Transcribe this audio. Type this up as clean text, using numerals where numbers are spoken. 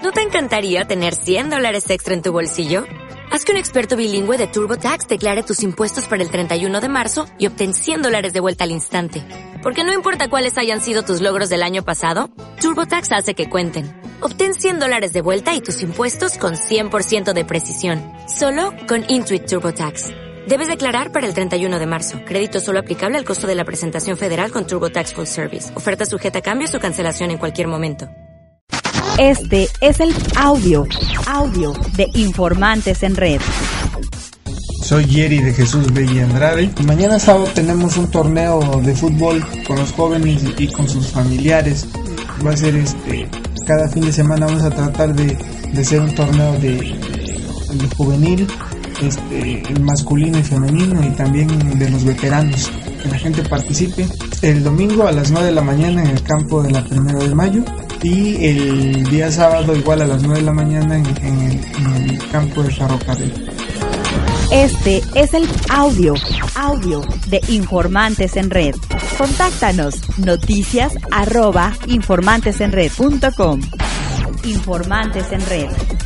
¿No te encantaría tener $100 extra en tu bolsillo? Haz que un experto bilingüe de TurboTax declare tus impuestos para el 31 de marzo y obtén $100 de vuelta al instante. Porque no importa cuáles hayan sido tus logros del año pasado, TurboTax hace que cuenten. Obtén $100 de vuelta y tus impuestos con 100% de precisión. Solo con Intuit TurboTax. Debes declarar para el 31 de marzo. Crédito solo aplicable al costo de la presentación federal con TurboTax Full Service. Oferta sujeta a cambios o cancelación en cualquier momento. Este es el audio de Informantes en Red. Soy Jerry de Jesús Belli Andrade y mañana sábado tenemos un torneo de fútbol con los jóvenes y con sus familiares. Va a ser cada fin de semana vamos a tratar de hacer un torneo de juvenil, masculino y femenino, y también de los veteranos. Que la gente participe el domingo a las 9 de la mañana en el campo de la 1 de mayo y el día sábado igual a las 9 de la mañana en el campo de Ferrocarril. Este es el audio de Informantes en Red. Contáctanos noticias@informantesenred.com. Informantes en Red.